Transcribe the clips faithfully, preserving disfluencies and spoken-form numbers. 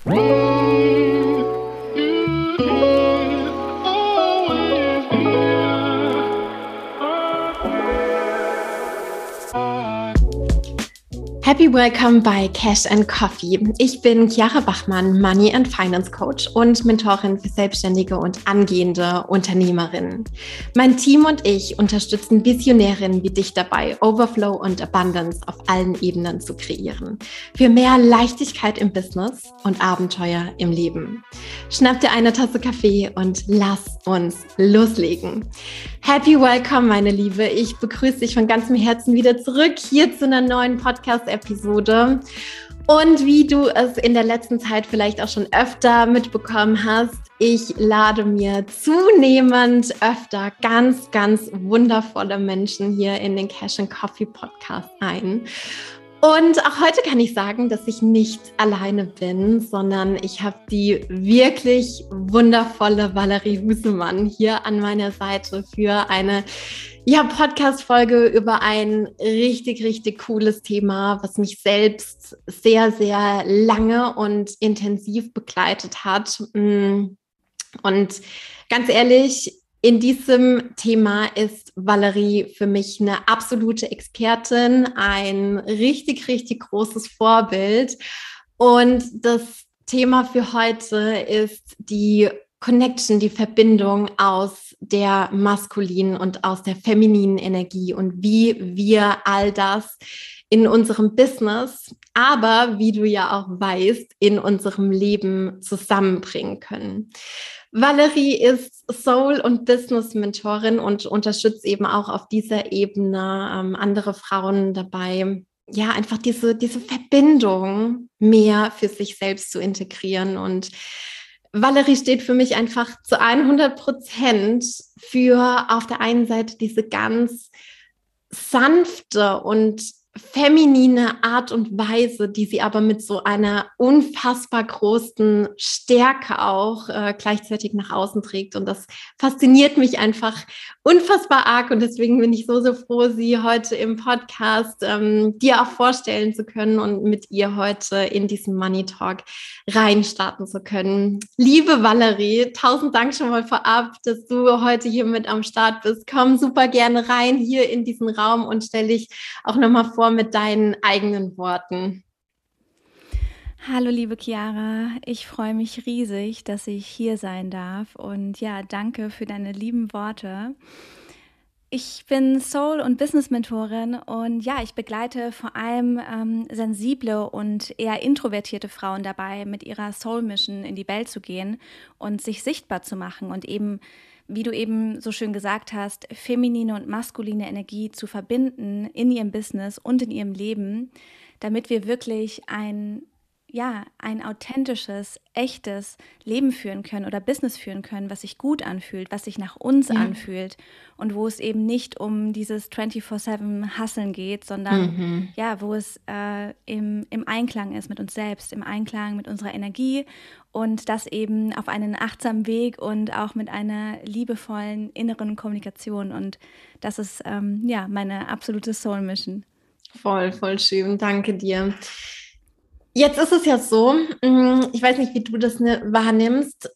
Happy Welcome bei Cash and Coffee. Ich bin Chiara Bachmann, Money and Finance Coach und Mentorin für selbstständige und angehende Unternehmerinnen. Mein Team und ich unterstützen Visionärinnen wie dich dabei, Overflow und Abundance auf allen Ebenen zu kreieren. Für mehr Leichtigkeit im Business und Abenteuer im Leben. Schnapp dir eine Tasse Kaffee und lass uns loslegen. Happy Welcome, meine Liebe. Ich begrüße dich von ganzem Herzen wieder zurück hier zu einer neuen Podcast-Episode. Und wie du es in der letzten Zeit vielleicht auch schon öfter mitbekommen hast, ich lade mir zunehmend öfter ganz, ganz wundervolle Menschen hier in den Cash and Coffee Podcast ein. Und auch heute kann ich sagen, dass ich nicht alleine bin, sondern ich habe die wirklich wundervolle Valerie Husemann hier an meiner Seite für eine ja, Podcast-Folge über ein richtig, richtig cooles Thema, was mich selbst sehr, sehr lange und intensiv begleitet hat. Und ganz ehrlich, in diesem Thema ist Valerie für mich eine absolute Expertin, ein richtig, richtig großes Vorbild. Und das Thema für heute ist die Connection, die Verbindung aus der maskulinen und aus der femininen Energie und wie wir all das in unserem Business, aber wie du ja auch weißt, in unserem Leben zusammenbringen können. Valerie ist Soul- und Business-Mentorin und unterstützt eben auch auf dieser Ebene ähm, andere Frauen dabei, ja, einfach diese, diese Verbindung mehr für sich selbst zu integrieren. Und Valerie steht für mich einfach zu hundert Prozent für auf der einen Seite diese ganz sanfte und feminine Art und Weise, die sie aber mit so einer unfassbar großen Stärke auch äh, gleichzeitig nach außen trägt. Und das fasziniert mich einfach unfassbar arg. Und deswegen bin ich so, so froh, sie heute im Podcast ähm, dir auch vorstellen zu können und mit ihr heute in diesen Money Talk reinstarten zu können. Liebe Valerie, tausend Dank schon mal vorab, dass du heute hier mit am Start bist. Komm super gerne rein hier in diesen Raum und stell dich auch nochmal vor mit deinen eigenen Worten. Hallo liebe Chiara, ich freue mich riesig, dass ich hier sein darf und ja, danke für deine lieben Worte. Ich bin Soul- und Business-Mentorin und ja, ich begleite vor allem ähm, sensible und eher introvertierte Frauen dabei, mit ihrer Soul-Mission in die Welt zu gehen und sich sichtbar zu machen und eben, wie du eben so schön gesagt hast, feminine und maskuline Energie zu verbinden in ihrem Business und in ihrem Leben, damit wir wirklich ein ja, ein authentisches, echtes Leben führen können oder Business führen können, was sich gut anfühlt, was sich nach uns ja. anfühlt und wo es eben nicht um dieses vierundzwanzig sieben Hustlen geht, sondern mhm. ja, wo es äh, im, im Einklang ist mit uns selbst, im Einklang mit unserer Energie und das eben auf einen achtsamen Weg und auch mit einer liebevollen inneren Kommunikation und das ist ähm, ja meine absolute Soul-Mission. Voll, voll schön, danke dir. Jetzt ist es ja so, ich weiß nicht, wie du das wahrnimmst,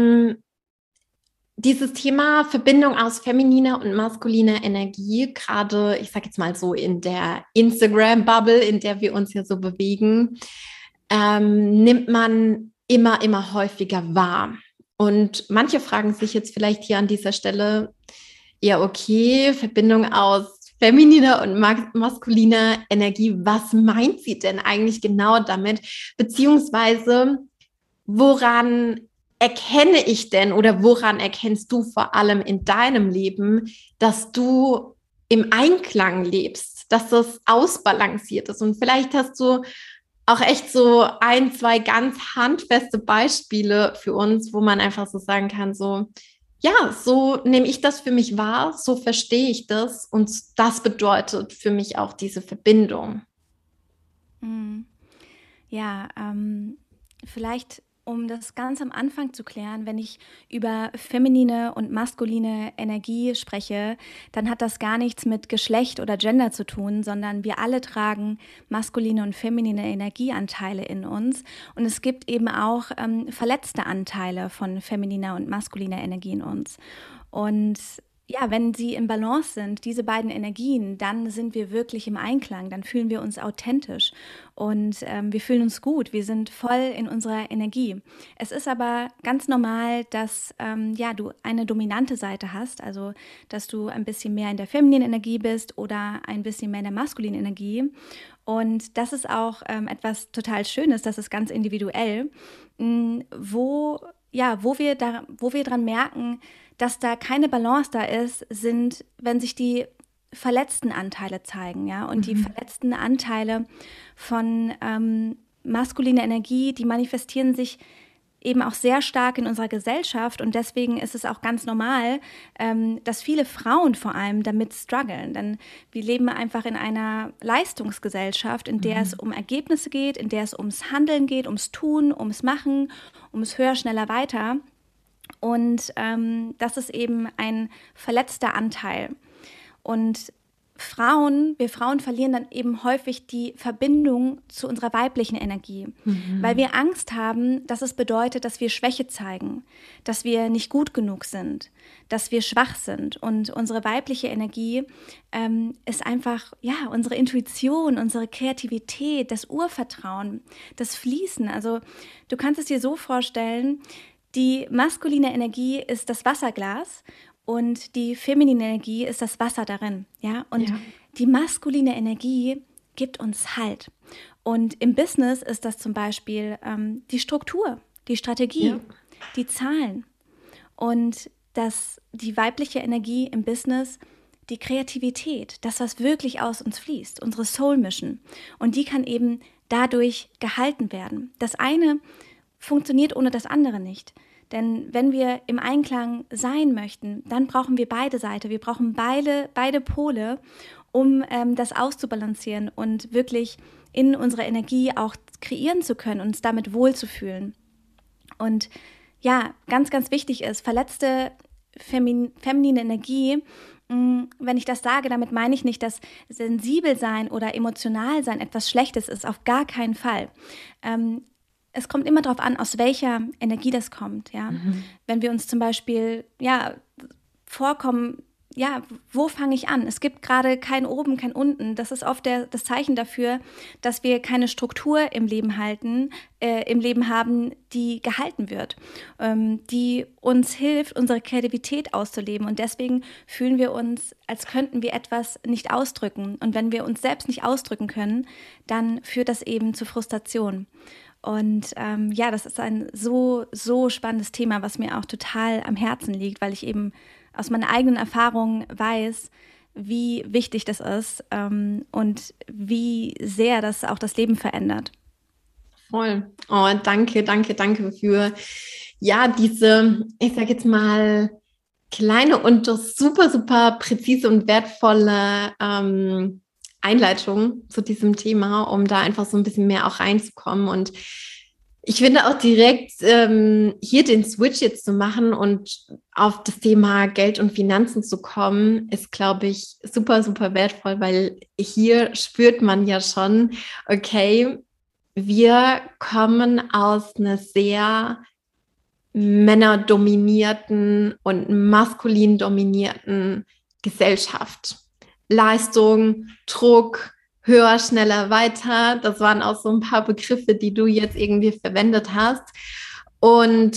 dieses Thema Verbindung aus femininer und maskuliner Energie, gerade, ich sage jetzt mal so in der Instagram-Bubble, in der wir uns ja so bewegen, ähm, nimmt man immer, immer häufiger wahr. Und manche fragen sich jetzt vielleicht hier an dieser Stelle, ja okay, Verbindung aus femininer und maskuliner Energie, was meint sie denn eigentlich genau damit? Beziehungsweise, woran erkenne ich denn oder woran erkennst du vor allem in deinem Leben, dass du im Einklang lebst, dass das ausbalanciert ist? Und vielleicht hast du auch echt so ein, zwei ganz handfeste Beispiele für uns, wo man einfach so sagen kann, so, ja, so nehme ich das für mich wahr, so verstehe ich das und das bedeutet für mich auch diese Verbindung. Ja, ähm, vielleicht um das ganz am Anfang zu klären, wenn ich über feminine und maskuline Energie spreche, dann hat das gar nichts mit Geschlecht oder Gender zu tun, sondern wir alle tragen maskuline und feminine Energieanteile in uns. Und es gibt eben auch ähm, verletzte Anteile von femininer und maskuliner Energie in uns. Und ja, wenn sie im Balance sind, diese beiden Energien, dann sind wir wirklich im Einklang, dann fühlen wir uns authentisch und ähm, wir fühlen uns gut, wir sind voll in unserer Energie. Es ist aber ganz normal, dass ähm, ja, du eine dominante Seite hast, also dass du ein bisschen mehr in der femininen Energie bist oder ein bisschen mehr in der maskulinen Energie. Und das ist auch ähm, etwas total Schönes, das ist ganz individuell, mh, wo, ja, wo wir da, wo wir dran merken, dass da keine Balance da ist, sind, wenn sich die verletzten Anteile zeigen, ja, und mhm. die verletzten Anteile von ähm, maskuliner Energie, die manifestieren sich eben auch sehr stark in unserer Gesellschaft und deswegen ist es auch ganz normal, ähm, dass viele Frauen vor allem damit strugglen, denn wir leben einfach in einer Leistungsgesellschaft, in der mhm. es um Ergebnisse geht, in der es ums Handeln geht, ums Tun, ums Machen, ums Höher, Schneller, Weiter. Und ähm, das ist eben ein verletzter Anteil. Und Frauen, wir Frauen verlieren dann eben häufig die Verbindung zu unserer weiblichen Energie, mhm. weil wir Angst haben, dass es bedeutet, dass wir Schwäche zeigen, dass wir nicht gut genug sind, dass wir schwach sind. Und unsere weibliche Energie ähm, ist einfach, ja, unsere Intuition, unsere Kreativität, das Urvertrauen, das Fließen. Also du kannst es dir so vorstellen, die maskuline Energie ist das Wasserglas und die feminine Energie ist das Wasser darin. Ja? Und ja. die maskuline Energie gibt uns Halt. Und im Business ist das zum Beispiel ähm, die Struktur, die Strategie, ja. die Zahlen. Und das, die weibliche Energie im Business, die Kreativität, das, was wirklich aus uns fließt, unsere Soul Mission. Und die kann eben dadurch gehalten werden. Das eine funktioniert ohne das andere nicht. Denn wenn wir im Einklang sein möchten, dann brauchen wir beide Seiten. Wir brauchen beide, beide Pole, um ähm, das auszubalancieren und wirklich in unserer Energie auch kreieren zu können, uns damit wohlzufühlen. Und ja, ganz, ganz wichtig ist, verletzte femin- feminine Energie, mh, wenn ich das sage, damit meine ich nicht, dass sensibel sein oder emotional sein etwas Schlechtes ist, auf gar keinen Fall. Ähm, Es kommt immer darauf an, aus welcher Energie das kommt. Ja? Mhm. Wenn wir uns zum Beispiel ja, vorkommen, ja, wo fange ich an? Es gibt gerade kein Oben, kein Unten. Das ist oft der, das Zeichen dafür, dass wir keine Struktur im Leben halten, äh, im Leben haben, die gehalten wird, ähm, die uns hilft, unsere Kreativität auszuleben. Und deswegen fühlen wir uns, als könnten wir etwas nicht ausdrücken. Und wenn wir uns selbst nicht ausdrücken können, dann führt das eben zu Frustration. Und ähm, ja, das ist ein so, so spannendes Thema, was mir auch total am Herzen liegt, weil ich eben aus meiner eigenen Erfahrung weiß, wie wichtig das ist ähm, und wie sehr das auch das Leben verändert. Voll. Oh, danke, danke, danke für ja diese, ich sage jetzt mal, kleine und super, super präzise und wertvolle ähm, Einleitung zu diesem Thema, um da einfach so ein bisschen mehr auch reinzukommen. Und ich finde auch direkt ähm, hier den Switch jetzt zu machen und auf das Thema Geld und Finanzen zu kommen, ist, glaube ich, super, super wertvoll, weil hier spürt man ja schon, okay, wir kommen aus einer sehr männerdominierten und maskulin dominierten Gesellschaft. Leistung, Druck, höher, schneller, weiter. Das waren auch so ein paar Begriffe, die du jetzt irgendwie verwendet hast. Und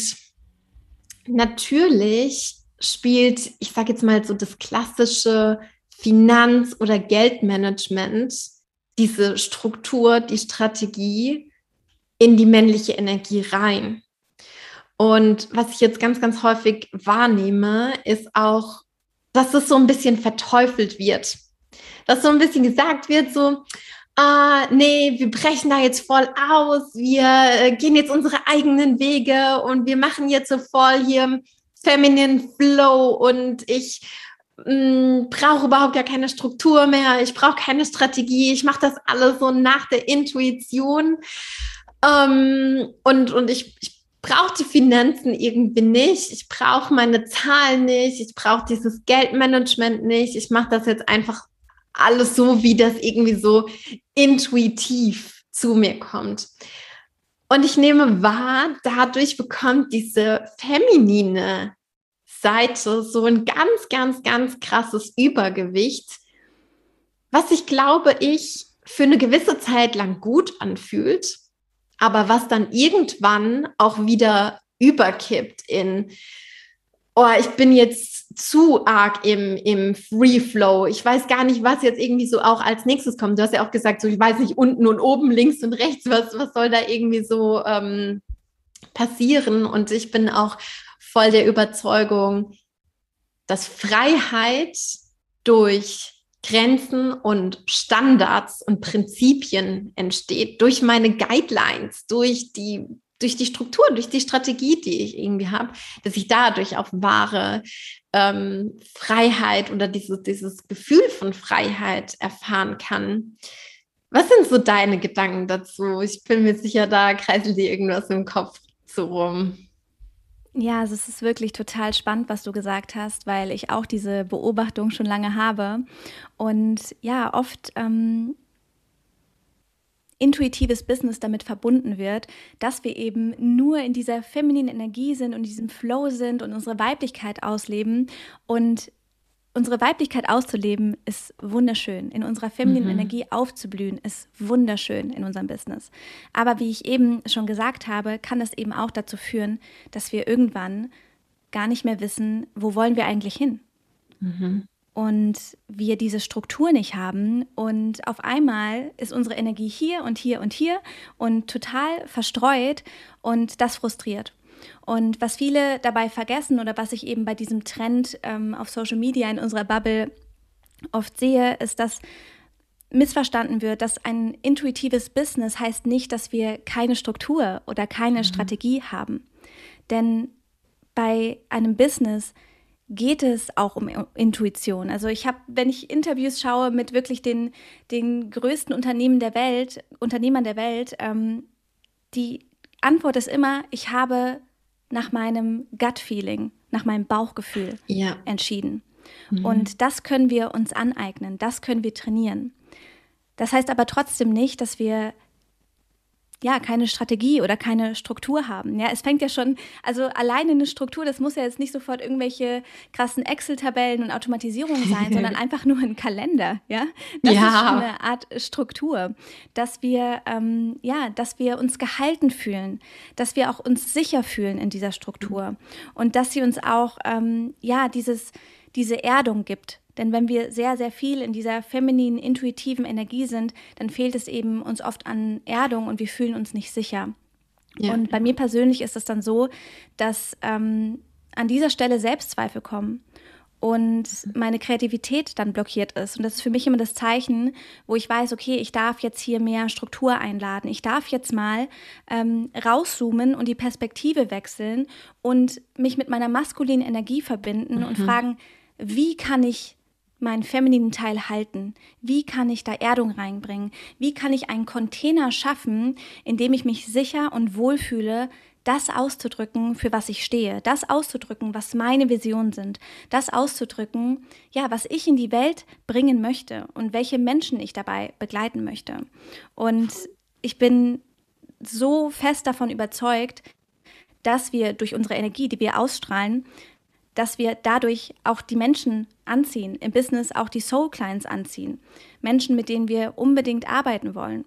natürlich spielt, ich sage jetzt mal so das klassische Finanz- oder Geldmanagement, diese Struktur, die Strategie in die männliche Energie rein. Und was ich jetzt ganz, ganz häufig wahrnehme, ist auch, dass es so ein bisschen verteufelt wird. Dass so ein bisschen gesagt wird, so, ah, nee, wir brechen da jetzt voll aus, wir äh, gehen jetzt unsere eigenen Wege und wir machen jetzt so voll hier Feminine Flow und ich mh, brauche überhaupt gar keine Struktur mehr, ich brauche keine Strategie, ich mache das alles so nach der Intuition. Ähm, und und ich, ich brauche die Finanzen irgendwie nicht, ich brauche meine Zahlen nicht, ich brauche dieses Geldmanagement nicht, ich mache das jetzt einfach alles so, wie das irgendwie so intuitiv zu mir kommt. Und ich nehme wahr, dadurch bekommt diese feminine Seite so ein ganz, ganz, ganz krasses Übergewicht, was ich glaube ich für eine gewisse Zeit lang gut anfühlt, aber was dann irgendwann auch wieder überkippt in, oh, ich bin jetzt zu arg im, im Free Flow. Ich weiß gar nicht, was jetzt irgendwie so auch als nächstes kommt. Du hast ja auch gesagt, so ich weiß nicht, unten und oben, links und rechts, was, was soll da irgendwie so ähm, passieren? Und ich bin auch voll der Überzeugung, dass Freiheit durch Grenzen und Standards und Prinzipien entsteht, durch meine Guidelines, durch die, durch die Struktur, durch die Strategie, die ich irgendwie habe, dass ich dadurch auch wahre ähm, Freiheit oder dieses, dieses Gefühl von Freiheit erfahren kann. Was sind so deine Gedanken dazu? Ich bin mir sicher, da kreiselt dir irgendwas im Kopf so rum. Ja, also es ist wirklich total spannend, was du gesagt hast, weil ich auch diese Beobachtung schon lange habe und ja, oft ähm, intuitives Business damit verbunden wird, dass wir eben nur in dieser femininen Energie sind und in diesem Flow sind und unsere Weiblichkeit ausleben. Und unsere Weiblichkeit auszuleben ist wunderschön. In unserer femininen mhm. Energie aufzublühen ist wunderschön in unserem Business. Aber wie ich eben schon gesagt habe, kann das eben auch dazu führen, dass wir irgendwann gar nicht mehr wissen, wo wollen wir eigentlich hin? Mhm. Und wir diese Struktur nicht haben und auf einmal ist unsere Energie hier und hier und hier und total verstreut und das frustriert. Und was viele dabei vergessen oder was ich eben bei diesem Trend ähm, auf Social Media in unserer Bubble oft sehe, ist, dass missverstanden wird, dass ein intuitives Business heißt nicht, dass wir keine Struktur oder keine mhm. Strategie haben. Denn bei einem Business geht es auch um Intuition. Also ich habe, wenn ich Interviews schaue mit wirklich den, den größten Unternehmen der Welt, Unternehmern der Welt, ähm, die Antwort ist immer, ich habe nach meinem Gut-Feeling, nach meinem Bauchgefühl ja. entschieden. Mhm. Und das können wir uns aneignen, das können wir trainieren. Das heißt aber trotzdem nicht, dass wir ja keine Strategie oder keine Struktur haben. Ja, es fängt ja schon, also alleine eine Struktur, das muss ja jetzt nicht sofort irgendwelche krassen Excel-Tabellen und Automatisierungen sein, sondern einfach nur ein Kalender. Ja, das ja. ist schon eine Art Struktur, dass wir ähm, ja, dass wir uns gehalten fühlen, dass wir auch uns sicher fühlen in dieser Struktur und dass sie uns auch ähm, ja dieses diese Erdung gibt. Denn wenn wir sehr, sehr viel in dieser femininen, intuitiven Energie sind, dann fehlt es eben uns oft an Erdung und wir fühlen uns nicht sicher. Ja. Und bei mir persönlich ist es dann so, dass ähm, an dieser Stelle Selbstzweifel kommen und meine Kreativität dann blockiert ist. Und das ist für mich immer das Zeichen, wo ich weiß, okay, ich darf jetzt hier mehr Struktur einladen. Ich darf jetzt mal ähm, rauszoomen und die Perspektive wechseln und mich mit meiner maskulinen Energie verbinden mhm. und fragen, wie kann ich meinen femininen Teil halten? Wie kann ich da Erdung reinbringen? Wie kann ich einen Container schaffen, in dem ich mich sicher und wohlfühle, das auszudrücken, für was ich stehe, das auszudrücken, was meine Visionen sind, das auszudrücken, ja, was ich in die Welt bringen möchte und welche Menschen ich dabei begleiten möchte. Und ich bin so fest davon überzeugt, dass wir durch unsere Energie, die wir ausstrahlen, dass wir dadurch auch die Menschen anziehen, im Business auch die Soul Clients anziehen. Menschen, mit denen wir unbedingt arbeiten wollen.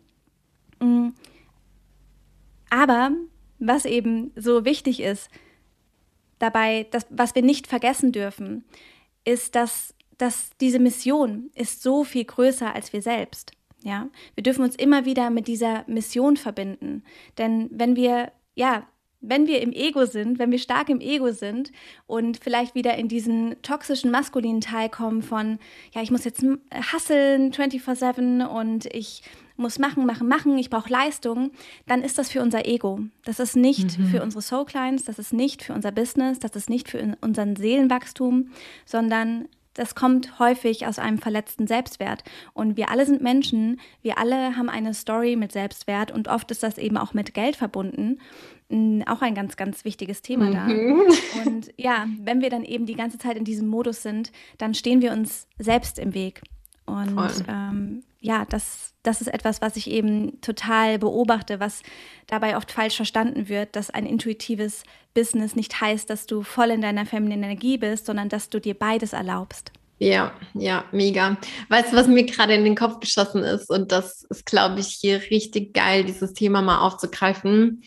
Aber was eben so wichtig ist, dabei, das, was wir nicht vergessen dürfen, ist, dass, dass diese Mission ist so viel größer als wir selbst. Ja? Wir dürfen uns immer wieder mit dieser Mission verbinden. Denn wenn wir, ja, Wenn wir im Ego sind, wenn wir stark im Ego sind und vielleicht wieder in diesen toxischen maskulinen Teil kommen von, ja, ich muss jetzt hustlen vierundzwanzig sieben und ich muss machen, machen, machen, ich brauche Leistung, dann ist das für unser Ego. Das ist nicht mhm. für unsere Soul Clients, das ist nicht für unser Business, das ist nicht für unseren Seelenwachstum, sondern das kommt häufig aus einem verletzten Selbstwert. Und wir alle sind Menschen, wir alle haben eine Story mit Selbstwert und oft ist das eben auch mit Geld verbunden. Auch ein ganz, ganz wichtiges Thema da. Mhm. Und ja, wenn wir dann eben die ganze Zeit in diesem Modus sind, dann stehen wir uns selbst im Weg. Und ähm, ja, das, das ist etwas, was ich eben total beobachte, was dabei oft falsch verstanden wird, dass ein intuitives Business nicht heißt, dass du voll in deiner femininen Energie bist, sondern dass du dir beides erlaubst. Ja, ja, mega. Weißt du, was mir gerade in den Kopf geschossen ist? Und das ist, glaube ich, hier richtig geil, dieses Thema mal aufzugreifen.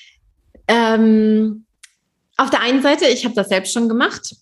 Ähm, auf der einen Seite, ich habe das selbst schon gemacht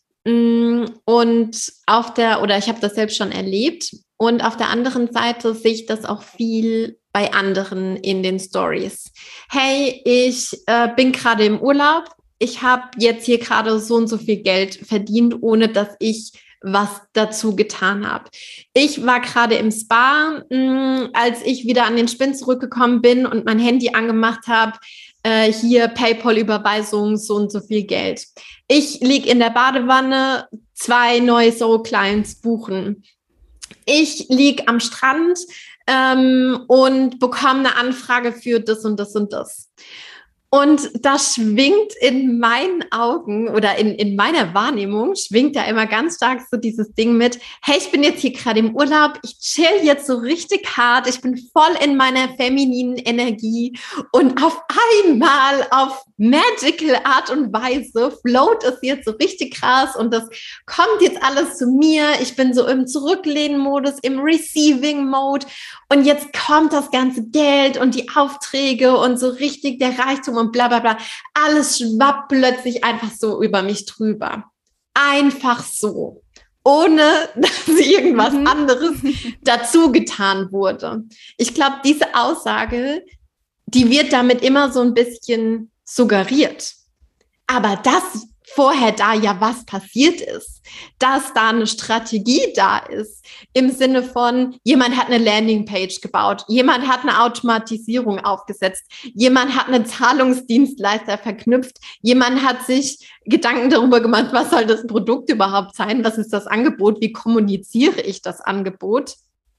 und auf der, oder ich habe das selbst schon erlebt und auf der anderen Seite sehe ich das auch viel bei anderen in den Stories. Hey, ich äh, bin gerade im Urlaub, ich habe jetzt hier gerade so und so viel Geld verdient, ohne dass ich was dazu getan habe. Ich war gerade im Spa, mh, als ich wieder an den Spind zurückgekommen bin und mein Handy angemacht habe, äh, hier PayPal-Überweisung, so und so viel Geld. Ich liege in der Badewanne, zwei neue Soul-Clients buchen. Ich liege am Strand ähm, und bekomme eine Anfrage für das und das und das. Und das schwingt in meinen Augen oder in, in meiner Wahrnehmung, schwingt da immer ganz stark so dieses Ding mit, hey, ich bin jetzt hier gerade im Urlaub, ich chill jetzt so richtig hart, ich bin voll in meiner femininen Energie und auf einmal auf magical Art und Weise float es jetzt so richtig krass und das kommt jetzt alles zu mir. Ich bin so im Zurücklehnen-Modus, im Receiving-Mode und jetzt kommt das ganze Geld und die Aufträge und so richtig der Reichtum und bla bla bla. Alles schwappt plötzlich einfach so über mich drüber. Einfach so. Ohne dass irgendwas mhm. anderes dazu getan wurde. Ich glaube, diese Aussage, die wird damit immer so ein bisschen suggeriert. Aber das vorher da ja was passiert ist, dass da eine Strategie da ist, im Sinne von, jemand hat eine Landingpage gebaut, jemand hat eine Automatisierung aufgesetzt, jemand hat einen Zahlungsdienstleister verknüpft, jemand hat sich Gedanken darüber gemacht, was soll das Produkt überhaupt sein, was ist das Angebot, wie kommuniziere ich das Angebot.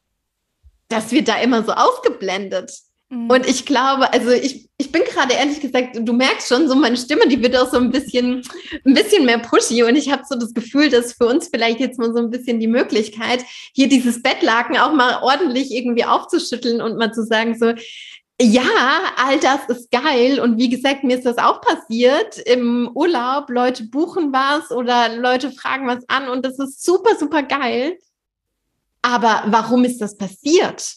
Das wird da immer so ausgeblendet. Und ich glaube, also ich, ich bin gerade ehrlich gesagt, du merkst schon, so meine Stimme, die wird auch so ein bisschen, ein bisschen mehr pushy und ich habe so das Gefühl, dass für uns vielleicht jetzt mal so ein bisschen die Möglichkeit, hier dieses Bettlaken auch mal ordentlich irgendwie aufzuschütteln und mal zu sagen so, ja, all das ist geil und wie gesagt, mir ist das auch passiert im Urlaub, Leute buchen was oder Leute fragen was an und das ist super, super geil. Aber warum ist das passiert?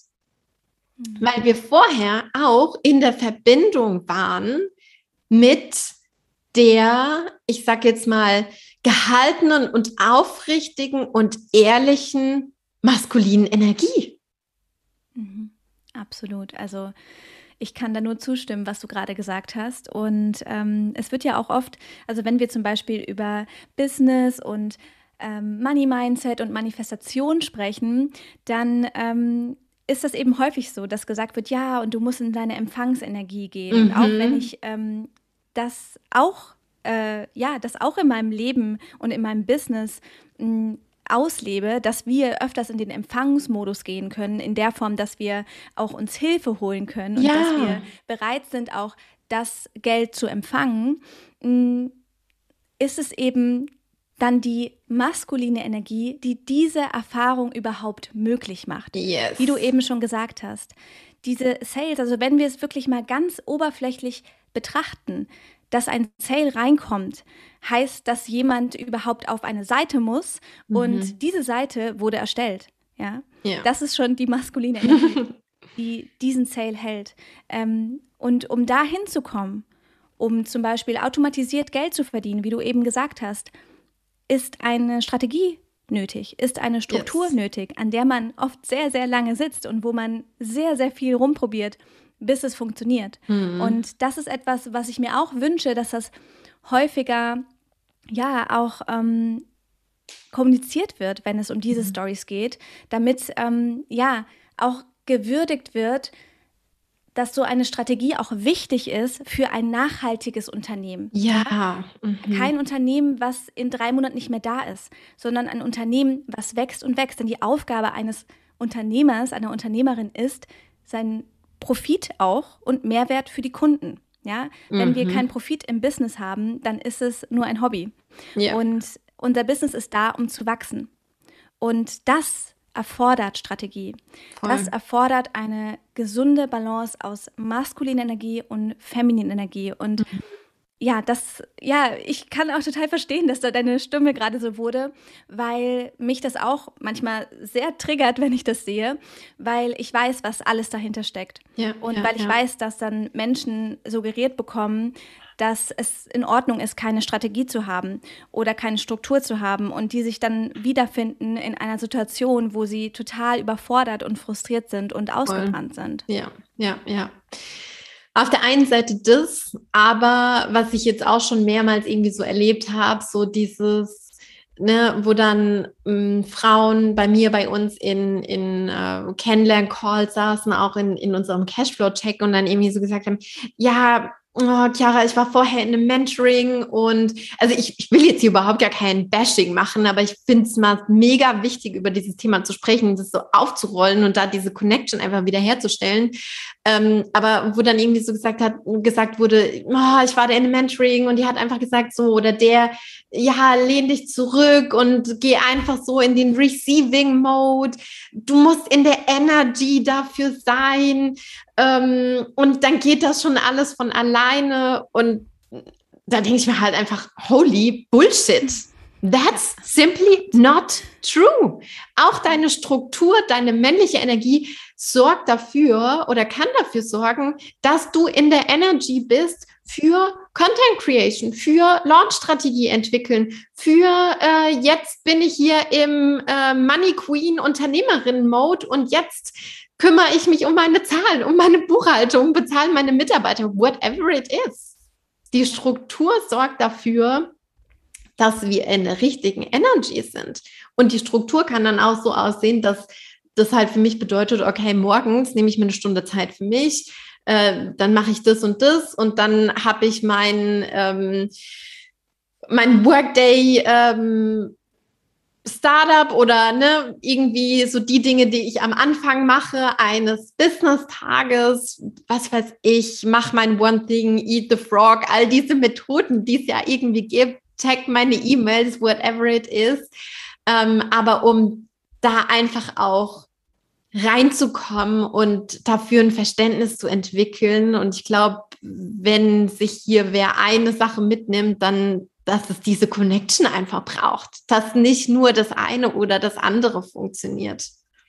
Weil wir vorher auch in der Verbindung waren mit der, ich sag jetzt mal, gehaltenen und aufrichtigen und ehrlichen maskulinen Energie. Mhm, absolut. Also ich kann da nur zustimmen, was du gerade gesagt hast. Und ähm, es wird ja auch oft, also wenn wir zum Beispiel über Business und ähm, Money Mindset und Manifestation sprechen, dann ähm, ist das eben häufig so, dass gesagt wird, ja, und du musst in deine Empfangsenergie gehen. Mhm. Und auch wenn ich ähm, das auch, äh, ja, das auch in meinem Leben und in meinem Business mh, auslebe, dass wir öfters in den Empfangsmodus gehen können, in der Form, dass wir auch uns Hilfe holen können und ja. dass wir bereit sind, auch das Geld zu empfangen, mh, ist es eben dann die maskuline Energie, die diese Erfahrung überhaupt möglich macht. Yes. Wie du eben schon gesagt hast. Diese Sales, also wenn wir es wirklich mal ganz oberflächlich betrachten, dass ein Sale reinkommt, heißt, dass jemand überhaupt auf eine Seite muss mhm. und diese Seite wurde erstellt. Ja? Ja. Das ist schon die maskuline Energie, die diesen Sale hält. Ähm, und um da hinzukommen, um zum Beispiel automatisiert Geld zu verdienen, wie du eben gesagt hast, ist eine Strategie nötig, ist eine Struktur yes. nötig, an der man oft sehr, sehr lange sitzt und wo man sehr, sehr viel rumprobiert, bis es funktioniert. Mhm. Und das ist etwas, was ich mir auch wünsche, dass das häufiger ja auch ähm, kommuniziert wird, wenn es um diese mhm. Storys geht, damit ähm, ja auch gewürdigt wird, dass so eine Strategie auch wichtig ist für ein nachhaltiges Unternehmen. Ja. Mhm. Kein Unternehmen, was in drei Monaten nicht mehr da ist, sondern ein Unternehmen, was wächst und wächst. Denn die Aufgabe eines Unternehmers, einer Unternehmerin ist, seinen Profit auch und Mehrwert für die Kunden. Ja? Wenn Mhm. wir keinen Profit im Business haben, dann ist es nur ein Hobby. Ja. Und unser Business ist da, um zu wachsen. Und das erfordert Strategie. Voll. Das erfordert eine gesunde Balance aus maskuliner Energie und femininer Energie. Und mhm. ja, das, ja, ich kann auch total verstehen, dass da deine Stimme gerade so wurde, weil mich das auch manchmal sehr triggert, wenn ich das sehe, weil ich weiß, was alles dahinter steckt. Ja, und ja, weil ich ja. weiß, dass dann Menschen suggeriert bekommen, dass es in Ordnung ist, keine Strategie zu haben oder keine Struktur zu haben und die sich dann wiederfinden in einer Situation, wo sie total überfordert und frustriert sind und ausgebrannt Voll. sind. Ja, ja, ja. Auf der einen Seite das, aber was ich jetzt auch schon mehrmals irgendwie so erlebt habe, so dieses, ne, wo dann ähm, Frauen bei mir, bei uns in, in äh, Kennenlern-Calls saßen, auch in, in unserem Cashflow-Check und dann irgendwie so gesagt haben, ja, oh, Chiara, ich war vorher in einem Mentoring und also ich, ich will jetzt hier überhaupt gar kein Bashing machen, aber ich finde es mal mega wichtig, über dieses Thema zu sprechen, das so aufzurollen und da diese Connection einfach wieder herzustellen. Ähm, aber wo dann irgendwie so gesagt hat, gesagt wurde, oh, ich war da in einem Mentoring und die hat einfach gesagt so, oder der, ja, lehn dich zurück und geh einfach so in den Receiving Mode. Du musst in der Energy dafür sein. Ähm, und dann geht das schon alles von alleine. Und da denke ich mir halt einfach, holy Bullshit. That's simply not true. Auch deine Struktur, deine männliche Energie sorgt dafür oder kann dafür sorgen, dass du in der Energy bist für Content Creation, für Launch-Strategie entwickeln, für äh, jetzt bin ich hier im äh, Money Queen Unternehmerin-Mode und jetzt kümmere ich mich um meine Zahlen, um meine Buchhaltung, bezahle meine Mitarbeiter, whatever it is. Die Struktur sorgt dafür, dass wir in der richtigen Energy sind. Und die Struktur kann dann auch so aussehen, dass das halt für mich bedeutet, okay, morgens nehme ich mir eine Stunde Zeit für mich, äh, dann mache ich das und das und dann habe ich mein, ähm, mein Workday ähm, Startup oder ne, irgendwie so die Dinge, die ich am Anfang mache eines Business-Tages, was weiß ich, mach mein One Thing, Eat the Frog, all diese Methoden, die es ja irgendwie gibt, check meine E-Mails, whatever it is, ähm, aber um da einfach auch reinzukommen und dafür ein Verständnis zu entwickeln. Und ich glaube, wenn sich hier wer eine Sache mitnimmt, dann, dass es diese Connection einfach braucht, dass nicht nur das eine oder das andere funktioniert.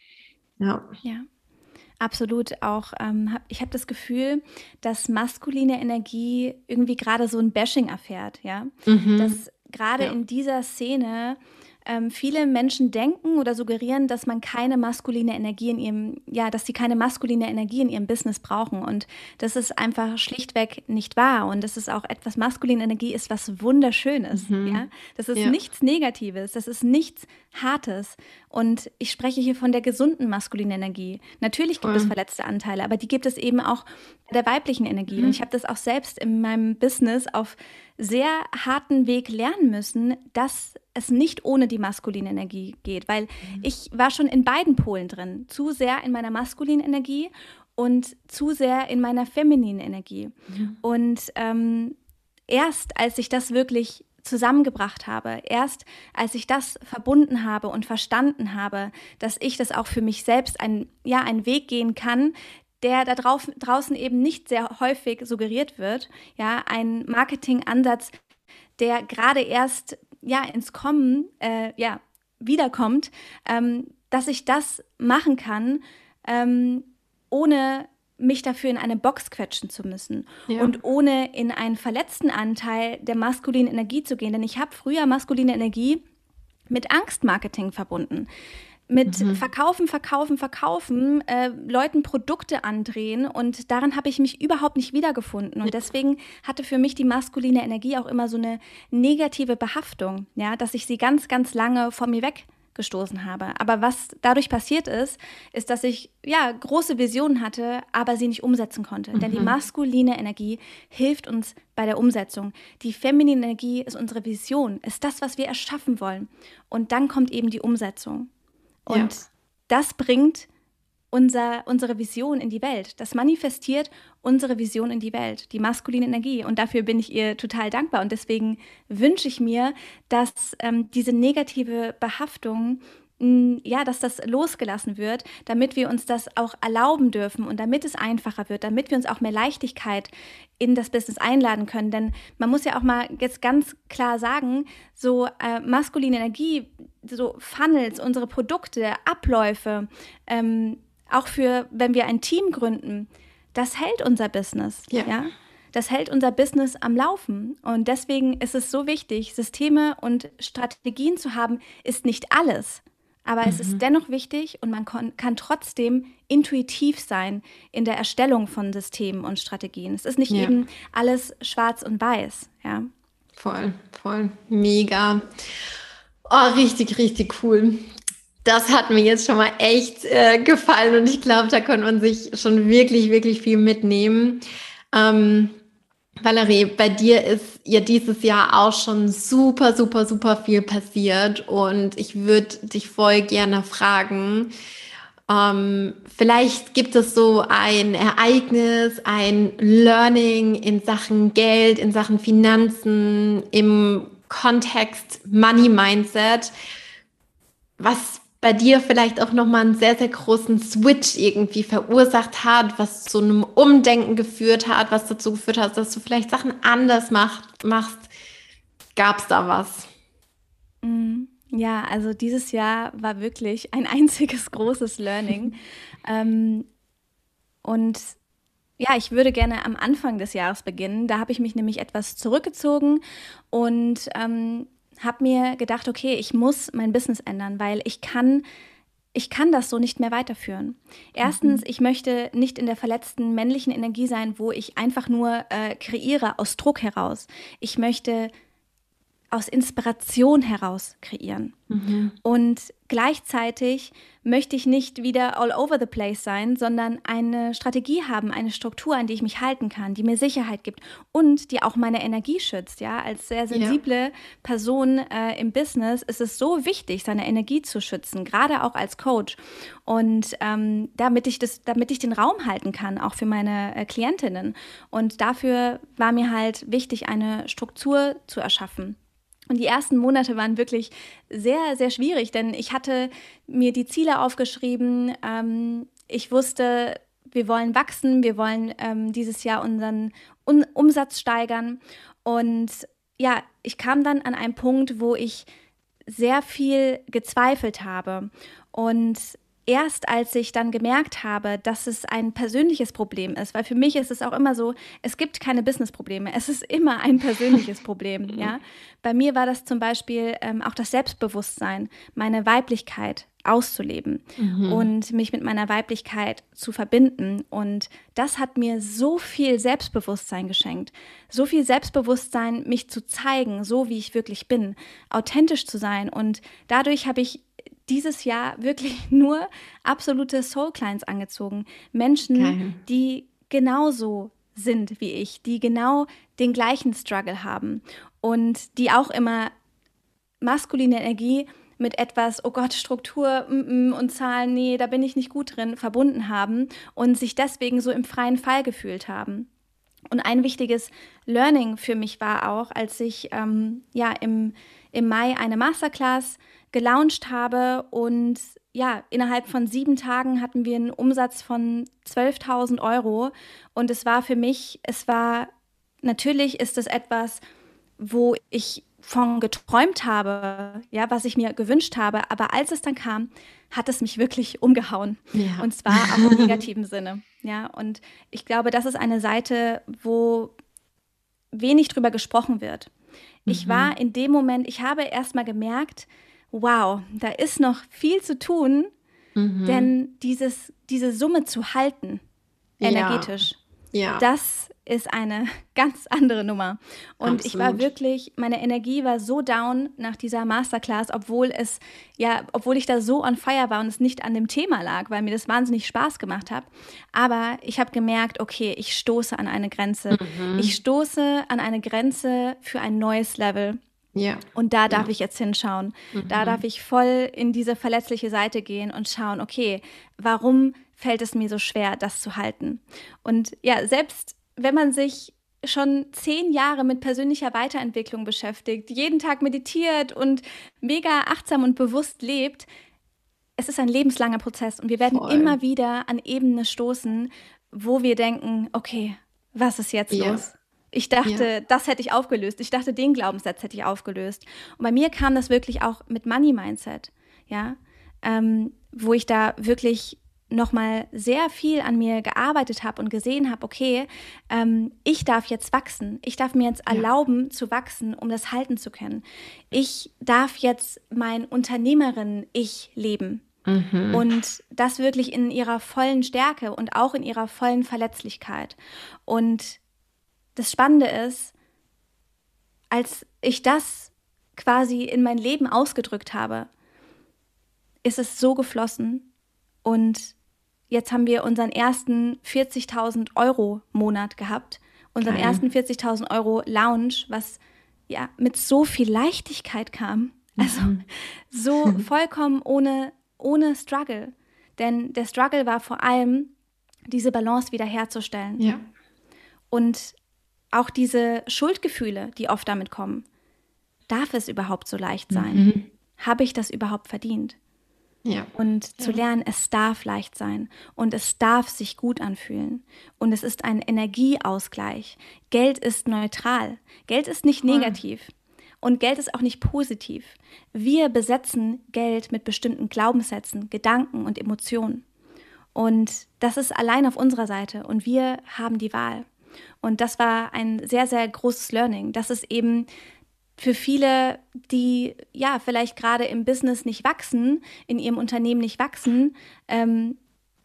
Ja. Ja. Absolut auch. Ähm, hab, ich habe das Gefühl, dass maskuline Energie irgendwie gerade so ein Bashing erfährt, ja. Mhm. Dass gerade ja. in dieser Szene ähm, viele Menschen denken oder suggerieren, dass man keine maskuline Energie in ihrem, ja, dass sie keine maskuline Energie in ihrem Business brauchen. Und das ist einfach schlichtweg nicht wahr. Und das ist auch etwas, maskuline Energie ist was Wunderschönes, mhm. ja. Das ist ja. nichts Negatives, das ist nichts Hartes. Und ich spreche hier von der gesunden maskulinen Energie. Natürlich gibt mhm. es verletzte Anteile, aber die gibt es eben auch der weiblichen Energie. Mhm. Und ich habe das auch selbst in meinem Business auf sehr harten Weg lernen müssen, dass es nicht ohne die maskuline Energie geht, weil mhm. ich war schon in beiden Polen drin, zu sehr in meiner maskulinen Energie und zu sehr in meiner femininen Energie. Mhm. Und ähm, erst als ich das wirklich zusammengebracht habe, erst als ich das verbunden habe und verstanden habe, dass ich das auch für mich selbst ein, ja, einen Weg gehen kann, der da drauf, draußen eben nicht sehr häufig suggeriert wird, ja, ein Marketingansatz, der gerade erst ja ins Kommen, äh, ja, wiederkommt, ähm, dass ich das machen kann, ähm, ohne mich dafür in eine Box quetschen zu müssen ja. und ohne in einen verletzten Anteil der maskulinen Energie zu gehen. Denn ich habe früher maskuline Energie mit Angstmarketing verbunden. Mit mhm. Verkaufen, Verkaufen, Verkaufen, äh, Leuten Produkte andrehen und daran habe ich mich überhaupt nicht wiedergefunden. Und deswegen hatte für mich die maskuline Energie auch immer so eine negative Behaftung, ja, dass ich sie ganz, ganz lange von mir weg gestoßen habe. Aber was dadurch passiert ist, ist, dass ich ja große Visionen hatte, aber sie nicht umsetzen konnte. Mhm. Denn die maskuline Energie hilft uns bei der Umsetzung. Die feminine Energie ist unsere Vision, ist das, was wir erschaffen wollen. Und dann kommt eben die Umsetzung. Und ja. das bringt unser, unsere Vision in die Welt. Das manifestiert unsere Vision in die Welt, die maskuline Energie. Und dafür bin ich ihr total dankbar. Und deswegen wünsche ich mir, dass ähm, diese negative Behaftung, mh, ja, dass das losgelassen wird, damit wir uns das auch erlauben dürfen und damit es einfacher wird, damit wir uns auch mehr Leichtigkeit in das Business einladen können. Denn man muss ja auch mal jetzt ganz klar sagen, so äh, maskuline Energie, so Funnels, unsere Produkte, Abläufe, ähm, auch für, wenn wir ein Team gründen, das hält unser Business, ja. ja. Das hält unser Business am Laufen. Und deswegen ist es so wichtig, Systeme und Strategien zu haben, ist nicht alles. Aber mhm. es ist dennoch wichtig und man kon- kann trotzdem intuitiv sein in der Erstellung von Systemen und Strategien. Es ist nicht ja. eben alles schwarz und weiß, ja. Voll, voll, mega. Oh, richtig, richtig cool. Das hat mir jetzt schon mal echt äh, gefallen und ich glaube, da konnte man sich schon wirklich, wirklich viel mitnehmen. Ähm, Valerie, bei dir ist ja dieses Jahr auch schon super, super, super viel passiert und ich würde dich voll gerne fragen, ähm, vielleicht gibt es so ein Ereignis, ein Learning in Sachen Geld, in Sachen Finanzen, im Kontext Money Mindset, was bei dir vielleicht auch nochmal einen sehr, sehr großen Switch irgendwie verursacht hat, was zu einem Umdenken geführt hat, was dazu geführt hat, dass du vielleicht Sachen anders macht, machst. Gab es da was? Ja, also dieses Jahr war wirklich ein einziges großes Learning. ähm, und ja, ich würde gerne am Anfang des Jahres beginnen. Da habe ich mich nämlich etwas zurückgezogen und ähm, habe mir gedacht, okay, ich muss mein Business ändern, weil ich kann, ich kann das so nicht mehr weiterführen. Erstens, mhm. ich möchte nicht in der verletzten männlichen Energie sein, wo ich einfach nur äh, kreiere aus Druck heraus. Ich möchte aus Inspiration heraus kreieren. Mhm. Und gleichzeitig möchte ich nicht wieder all over the place sein, sondern eine Strategie haben, eine Struktur, an die ich mich halten kann, die mir Sicherheit gibt und die auch meine Energie schützt. Ja? Als sehr sensible ja. Person äh, im Business ist es so wichtig, seine Energie zu schützen, gerade auch als Coach. Und ähm, damit ich das, damit ich den Raum halten kann, auch für meine äh, Klientinnen. Und dafür war mir halt wichtig, eine Struktur zu erschaffen. Und die ersten Monate waren wirklich sehr, sehr schwierig, denn ich hatte mir die Ziele aufgeschrieben. Ähm, ich wusste, wir wollen wachsen, wir wollen ähm, dieses Jahr unseren Un- Umsatz steigern. Und ja, ich kam dann an einen Punkt, wo ich sehr viel gezweifelt habe. Und erst als ich dann gemerkt habe, dass es ein persönliches Problem ist, weil für mich ist es auch immer so, es gibt keine Business-Probleme, es ist immer ein persönliches Problem. Ja? Bei mir war das zum Beispiel ähm, auch das Selbstbewusstsein, meine Weiblichkeit auszuleben mhm. und mich mit meiner Weiblichkeit zu verbinden. Und das hat mir so viel Selbstbewusstsein geschenkt, so viel Selbstbewusstsein, mich zu zeigen, so wie ich wirklich bin, authentisch zu sein. Und dadurch habe ich dieses Jahr wirklich nur absolute Soul Clients angezogen. Menschen, Geil. die genauso sind wie ich, die genau den gleichen Struggle haben und die auch immer maskuline Energie mit etwas, oh Gott, Struktur mm, mm, und Zahlen, nee, da bin ich nicht gut drin, verbunden haben und sich deswegen so im freien Fall gefühlt haben. Und ein wichtiges Learning für mich war auch, als ich ähm, ja, im, im Mai eine Masterclass gelauncht habe und ja, innerhalb von sieben Tagen hatten wir einen Umsatz von zwölftausend Euro und es war für mich, es war, natürlich ist es etwas, wo ich von geträumt habe, ja, was ich mir gewünscht habe, aber als es dann kam, hat es mich wirklich umgehauen ja. und zwar auch im negativen Sinne, ja, und ich glaube, das ist eine Seite, wo wenig drüber gesprochen wird. Mhm. Ich war in dem Moment, ich habe erst mal gemerkt, wow, da ist noch viel zu tun, mhm. denn dieses, diese Summe zu halten, energetisch, Ja. Das ist eine ganz andere Nummer. Und Absolut. Ich war wirklich, meine Energie war so down nach dieser Masterclass, obwohl es, ja, obwohl ich da so on fire war und es nicht an dem Thema lag, weil mir das wahnsinnig Spaß gemacht hat. Aber ich habe gemerkt, okay, ich stoße an eine Grenze. Mhm. Ich stoße an eine Grenze für ein neues Level. Ja. Und da darf ja. ich jetzt hinschauen. Mhm. Da darf ich voll in diese verletzliche Seite gehen und schauen, okay, warum fällt es mir so schwer, das zu halten? Und ja, selbst wenn man sich schon zehn Jahre mit persönlicher Weiterentwicklung beschäftigt, jeden Tag meditiert und mega achtsam und bewusst lebt, es ist ein lebenslanger Prozess und wir werden Voll. immer wieder an Ebenen stoßen, wo wir denken, okay, was ist jetzt ja. los? Ich dachte, ja. das hätte ich aufgelöst. Ich dachte, den Glaubenssatz hätte ich aufgelöst. Und bei mir kam das wirklich auch mit Money Mindset, ja, ähm, wo ich da wirklich nochmal sehr viel an mir gearbeitet habe und gesehen habe, okay, ähm, ich darf jetzt wachsen. Ich darf mir jetzt erlauben, ja. zu wachsen, um das halten zu können. Ich darf jetzt mein Unternehmerin-Ich leben. Mhm. Und das wirklich in ihrer vollen Stärke und auch in ihrer vollen Verletzlichkeit. Und das Spannende ist, als ich das quasi in mein Leben ausgedrückt habe, ist es so geflossen und jetzt haben wir unseren ersten vierzigtausend Euro Monat gehabt, unseren Geil. ersten vierzigtausend Euro Lounge, was ja mit so viel Leichtigkeit kam, also mhm. so vollkommen ohne, ohne Struggle, denn der Struggle war vor allem, diese Balance wiederherzustellen ja. und auch diese Schuldgefühle, die oft damit kommen. Darf es überhaupt so leicht sein? Mhm. Habe ich das überhaupt verdient? Ja. Und ja. zu lernen, es darf leicht sein und es darf sich gut anfühlen. Und es ist ein Energieausgleich. Geld ist neutral. Geld ist nicht Voll. negativ. Und Geld ist auch nicht positiv. Wir besetzen Geld mit bestimmten Glaubenssätzen, Gedanken und Emotionen. Und das ist allein auf unserer Seite. Und wir haben die Wahl. Und das war ein sehr, sehr großes Learning, dass es eben für viele, die ja vielleicht gerade im Business nicht wachsen, in ihrem Unternehmen nicht wachsen, ähm,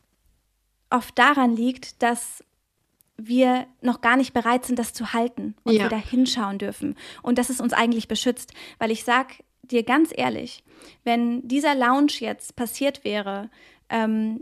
oft daran liegt, dass wir noch gar nicht bereit sind, das zu halten und ja. wir da hinschauen dürfen. Und dass es uns eigentlich beschützt. Weil ich sag dir ganz ehrlich, wenn dieser Lounge jetzt passiert wäre, ähm,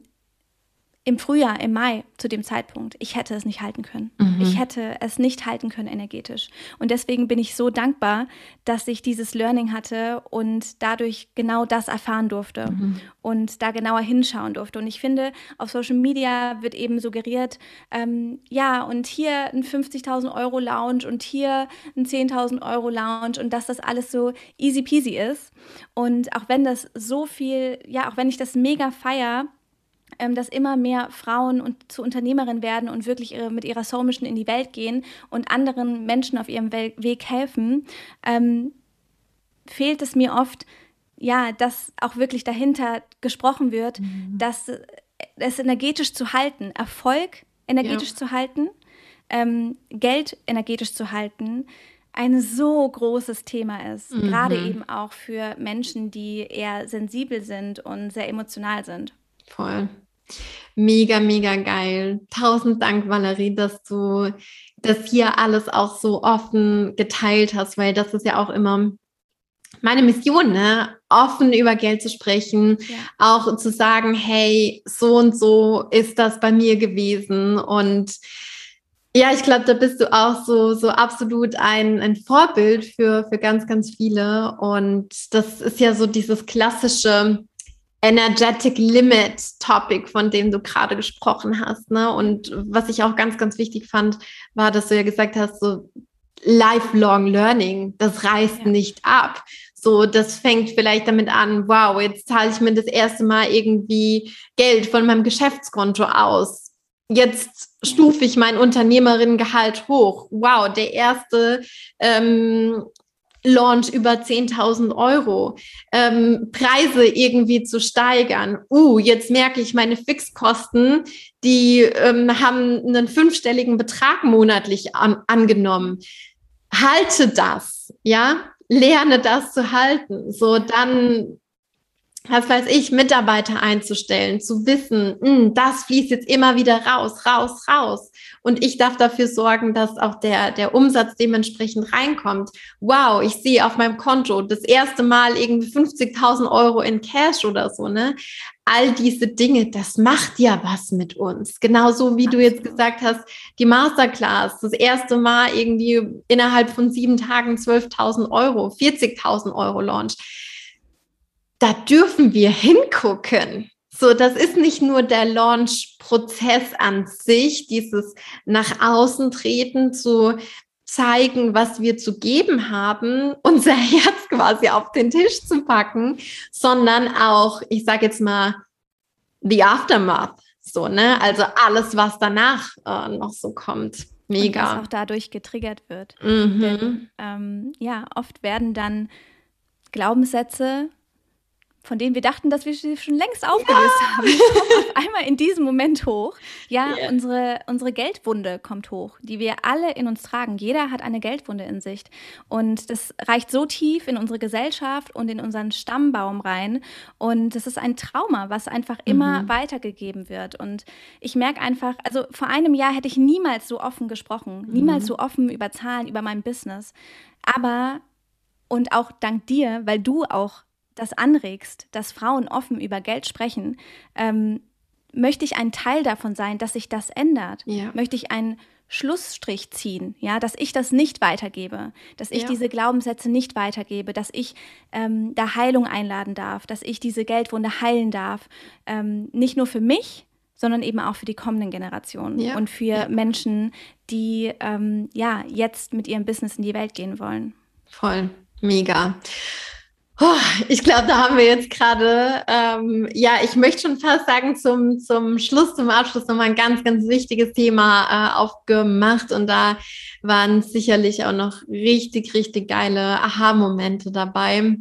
im Frühjahr, im Mai zu dem Zeitpunkt, ich hätte es nicht halten können. Mhm. Ich hätte es nicht halten können energetisch. Und deswegen bin ich so dankbar, dass ich dieses Learning hatte und dadurch genau das erfahren durfte mhm. und da genauer hinschauen durfte. Und ich finde, auf Social Media wird eben suggeriert, ähm, ja, und hier ein fünfzigtausend Euro Lounge und hier ein zehntausend Euro Lounge und dass das alles so easy peasy ist. Und auch wenn das so viel, ja, auch wenn ich das mega feiere, dass immer mehr Frauen und zu Unternehmerinnen werden und wirklich ihre, mit ihrer Soul Mission in die Welt gehen und anderen Menschen auf ihrem Weg helfen, ähm, fehlt es mir oft, ja, dass auch wirklich dahinter gesprochen wird, mhm. dass es energetisch zu halten, Erfolg energetisch ja. zu halten, ähm, Geld energetisch zu halten, ein so großes Thema ist, mhm. gerade eben auch für Menschen, die eher sensibel sind und sehr emotional sind. Voll. Mega, mega geil. Tausend Dank, Valerie, dass du das hier alles auch so offen geteilt hast, weil das ist ja auch immer meine Mission, ne? Offen über Geld zu sprechen, ja. auch zu sagen, hey, so und so ist das bei mir gewesen. Und ja, ich glaube, da bist du auch so, so absolut ein, ein Vorbild für, für ganz, ganz viele. Und das ist ja so dieses klassische Energetic Limit Topic, von dem du gerade gesprochen hast, ne? Und was ich auch ganz, ganz wichtig fand, war, dass du ja gesagt hast, so lifelong learning, das reißt ja. nicht ab. So, das fängt vielleicht damit an, wow, jetzt zahle ich mir das erste Mal irgendwie Geld von meinem Geschäftskonto aus. Jetzt stufe ich mein Unternehmerinnengehalt hoch. Wow, der erste ähm, Launch über zehntausend Euro, ähm, Preise irgendwie zu steigern. Uh, jetzt merke ich, meine Fixkosten, die ähm, haben einen fünfstelligen Betrag monatlich an, angenommen. Halte das, ja, lerne das zu halten. So, dann, was weiß ich, Mitarbeiter einzustellen, zu wissen, mh, das fließt jetzt immer wieder raus, raus, raus. und ich darf dafür sorgen, dass auch der, der Umsatz dementsprechend reinkommt. Wow, ich sehe auf meinem Konto das erste Mal irgendwie fünfzigtausend Euro in Cash oder so, ne? All diese Dinge, das macht ja was mit uns. Genauso wie du jetzt gesagt hast, die Masterclass, das erste Mal irgendwie innerhalb von sieben Tagen zwölftausend Euro, vierzigtausend Euro Launch. Da dürfen wir hingucken. So, das ist nicht nur der Launch-Prozess an sich, dieses nach außen treten, zu zeigen, was wir zu geben haben, unser Herz quasi auf den Tisch zu packen, sondern auch, ich sage jetzt mal, the aftermath, so, ne? Also alles, was danach äh, noch so kommt. Mega. Und was auch dadurch getriggert wird. Mhm. Denn ähm, ja, oft werden dann Glaubenssätze, von denen wir dachten, dass wir sie schon längst aufgelöst ja. haben, kommen auf einmal in diesem Moment hoch. Ja, yeah. unsere, unsere Geldwunde kommt hoch, die wir alle in uns tragen. Jeder hat eine Geldwunde in sich. Und das reicht so tief in unsere Gesellschaft und in unseren Stammbaum rein. Und das ist ein Trauma, was einfach immer mhm. weitergegeben wird. Und ich merke einfach, also vor einem Jahr hätte ich niemals so offen gesprochen, mhm. niemals so offen über Zahlen, über mein Business. Aber, und auch dank dir, weil du auch das anregst, dass Frauen offen über Geld sprechen, ähm, möchte ich ein Teil davon sein, dass sich das ändert. Ja. Möchte ich einen Schlussstrich ziehen, ja, dass ich das nicht weitergebe, dass ich ja. diese Glaubenssätze nicht weitergebe, dass ich ähm, da Heilung einladen darf, dass ich diese Geldwunde heilen darf, ähm, nicht nur für mich, sondern eben auch für die kommenden Generationen ja. und für ja. Menschen, die ähm, ja jetzt mit ihrem Business in die Welt gehen wollen. Voll, mega. Oh, ich glaube, da haben wir jetzt gerade, ähm, ja, ich möchte schon fast sagen, zum, zum Schluss, zum Abschluss nochmal ein ganz, ganz wichtiges Thema äh, aufgemacht. Und da waren sicherlich auch noch richtig, richtig geile Aha-Momente dabei.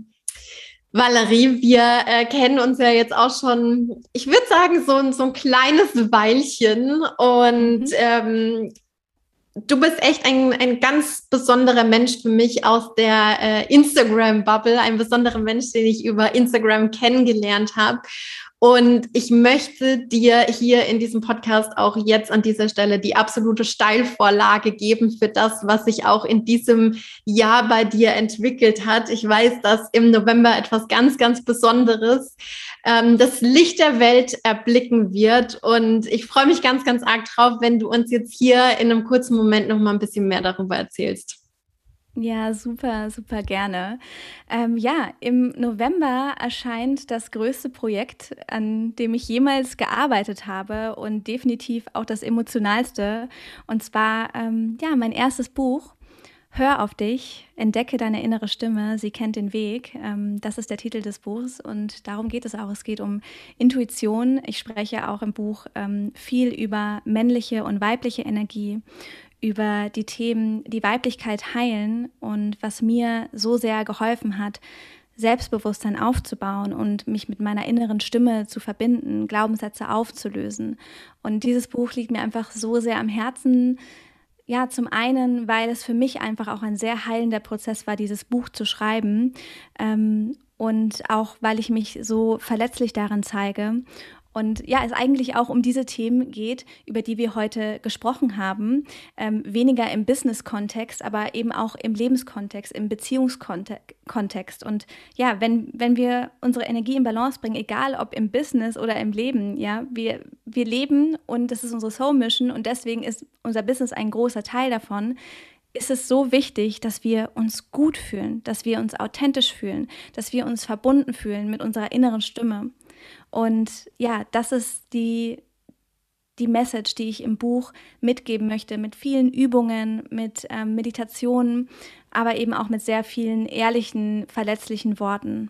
Valerie, wir äh, kennen uns ja jetzt auch schon, ich würde sagen, so, ein so ein kleines Weilchen. Und mhm. ähm, du bist echt ein, ein ganz besonderer Mensch für mich aus der äh, Instagram-Bubble, ein besonderer Mensch, den ich über Instagram kennengelernt habe. Und ich möchte dir hier in diesem Podcast auch jetzt an dieser Stelle die absolute Steilvorlage geben für das, was sich auch in diesem Jahr bei dir entwickelt hat. Ich weiß, dass im November etwas ganz, ganz Besonderes ähm, das Licht der Welt erblicken wird. Und ich freue mich ganz, ganz arg drauf, wenn du uns jetzt hier in einem kurzen Moment noch mal ein bisschen mehr darüber erzählst. Ja, super, super gerne. Ähm, ja, im November erscheint das größte Projekt, an dem ich jemals gearbeitet habe und definitiv auch das emotionalste. Und zwar, ähm, ja, mein erstes Buch, Hör auf dich, entdecke deine innere Stimme, sie kennt den Weg. Ähm, das ist der Titel des Buchs und darum geht es auch. Es geht um Intuition. Ich spreche auch im Buch ähm, viel über männliche und weibliche Energie, über die Themen, die Weiblichkeit heilen und was mir so sehr geholfen hat, Selbstbewusstsein aufzubauen und mich mit meiner inneren Stimme zu verbinden, Glaubenssätze aufzulösen. Und dieses Buch liegt mir einfach so sehr am Herzen. Ja, zum einen, weil es für mich einfach auch ein sehr heilender Prozess war, dieses Buch zu schreiben. Ähm, und auch, weil ich mich so verletzlich darin zeige. Und ja, es eigentlich auch um diese Themen geht, über die wir heute gesprochen haben. Ähm, weniger im Business-Kontext, aber eben auch im Lebenskontext, im Beziehungskontext. Und ja, wenn, wenn wir unsere Energie in Balance bringen, egal ob im Business oder im Leben, ja, wir, wir leben und das ist unsere Soul-Mission und deswegen ist unser Business ein großer Teil davon, ist es so wichtig, dass wir uns gut fühlen, dass wir uns authentisch fühlen, dass wir uns verbunden fühlen mit unserer inneren Stimme. Und ja, das ist die, die Message, die ich im Buch mitgeben möchte, mit vielen Übungen, mit ähm, Meditationen, aber eben auch mit sehr vielen ehrlichen, verletzlichen Worten.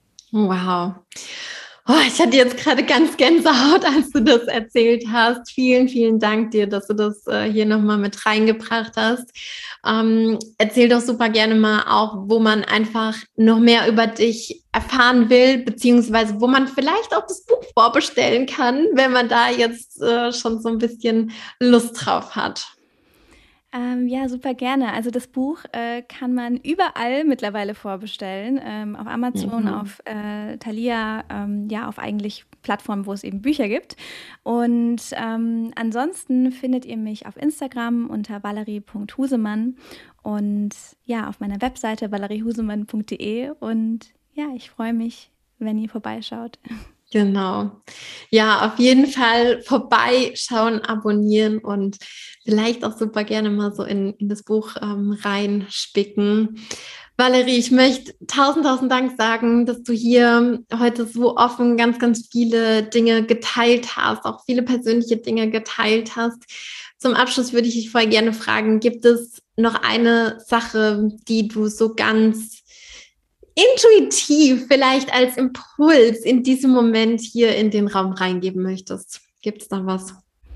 Wow. Oh, ich hatte jetzt gerade ganz Gänsehaut, als du das erzählt hast. Vielen, vielen Dank dir, dass du das äh, hier nochmal mit reingebracht hast. Ähm, erzähl doch super gerne mal auch, wo man einfach noch mehr über dich erfahren will, beziehungsweise wo man vielleicht auch das Buch vorbestellen kann, wenn man da jetzt äh, schon so ein bisschen Lust drauf hat. Ähm, ja, super gerne. Also das Buch äh, kann man überall mittlerweile vorbestellen. Ähm, auf Amazon, Mhm. auf äh, Thalia, ähm, ja, auf eigentlich Plattformen, wo es eben Bücher gibt. Und ähm, ansonsten findet ihr mich auf Instagram unter valerie punkt husemann und ja, auf meiner Webseite valerie husemann punkt de. Und ja, ich freue mich, wenn ihr vorbeischaut. Genau. Ja, auf jeden Fall vorbeischauen, abonnieren und vielleicht auch super gerne mal so in, in das Buch ähm, reinspicken. Valerie, ich möchte tausend, tausend Dank sagen, dass du hier heute so offen ganz, ganz viele Dinge geteilt hast, auch viele persönliche Dinge geteilt hast. Zum Abschluss würde ich dich voll gerne fragen, gibt es noch eine Sache, die du so ganz intuitiv vielleicht als Impuls in diesem Moment hier in den Raum reingeben möchtest? Gibt es da was?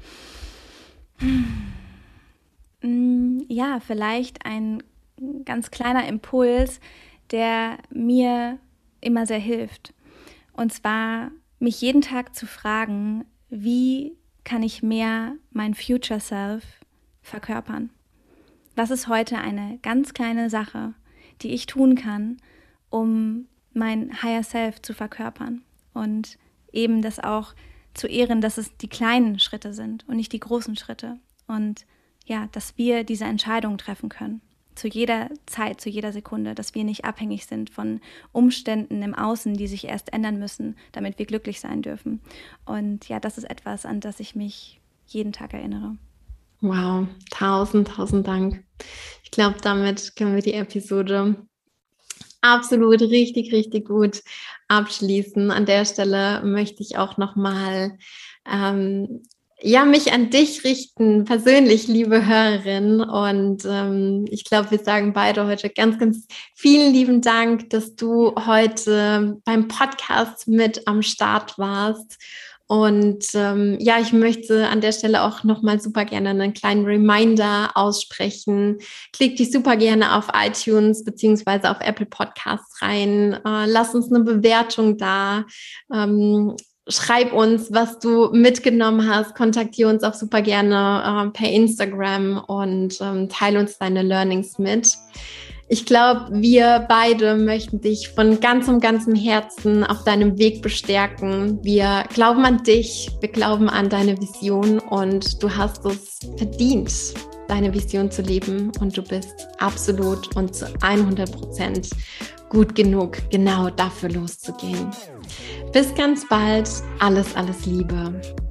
Ja, vielleicht ein ganz kleiner Impuls, der mir immer sehr hilft. Und zwar mich jeden Tag zu fragen, wie kann ich mehr mein Future Self verkörpern? Was ist heute eine ganz kleine Sache, die ich tun kann, um mein Higher Self zu verkörpern? Und eben das auch zu ehren, dass es die kleinen Schritte sind und nicht die großen Schritte. Und ja, dass wir diese Entscheidung treffen können. Zu jeder Zeit, zu jeder Sekunde, dass wir nicht abhängig sind von Umständen im Außen, die sich erst ändern müssen, damit wir glücklich sein dürfen. Und ja, das ist etwas, an das ich mich jeden Tag erinnere. Wow, tausend, tausend Dank. Ich glaube, damit können wir die Episode absolut richtig, richtig gut abschließen. An der Stelle möchte ich auch nochmal ähm, ja, mich an dich richten, persönlich, liebe Hörerin. Und ähm, ich glaube, wir sagen beide heute ganz, ganz vielen lieben Dank, dass du heute beim Podcast mit am Start warst. Und ähm, ja, ich möchte an der Stelle auch nochmal super gerne einen kleinen Reminder aussprechen. Klick dich super gerne auf iTunes beziehungsweise auf Apple Podcasts rein. Äh, lass uns eine Bewertung da. Ähm, Schreib uns, was du mitgenommen hast. Kontaktiere uns auch super gerne äh, per Instagram und ähm, teile uns deine Learnings mit. Ich glaube, wir beide möchten dich von ganzem, ganzem Herzen auf deinem Weg bestärken. Wir glauben an dich, wir glauben an deine Vision und du hast es verdient, deine Vision zu leben und du bist absolut und zu hundert Prozent gut genug, genau dafür loszugehen. Bis ganz bald. Alles, alles Liebe.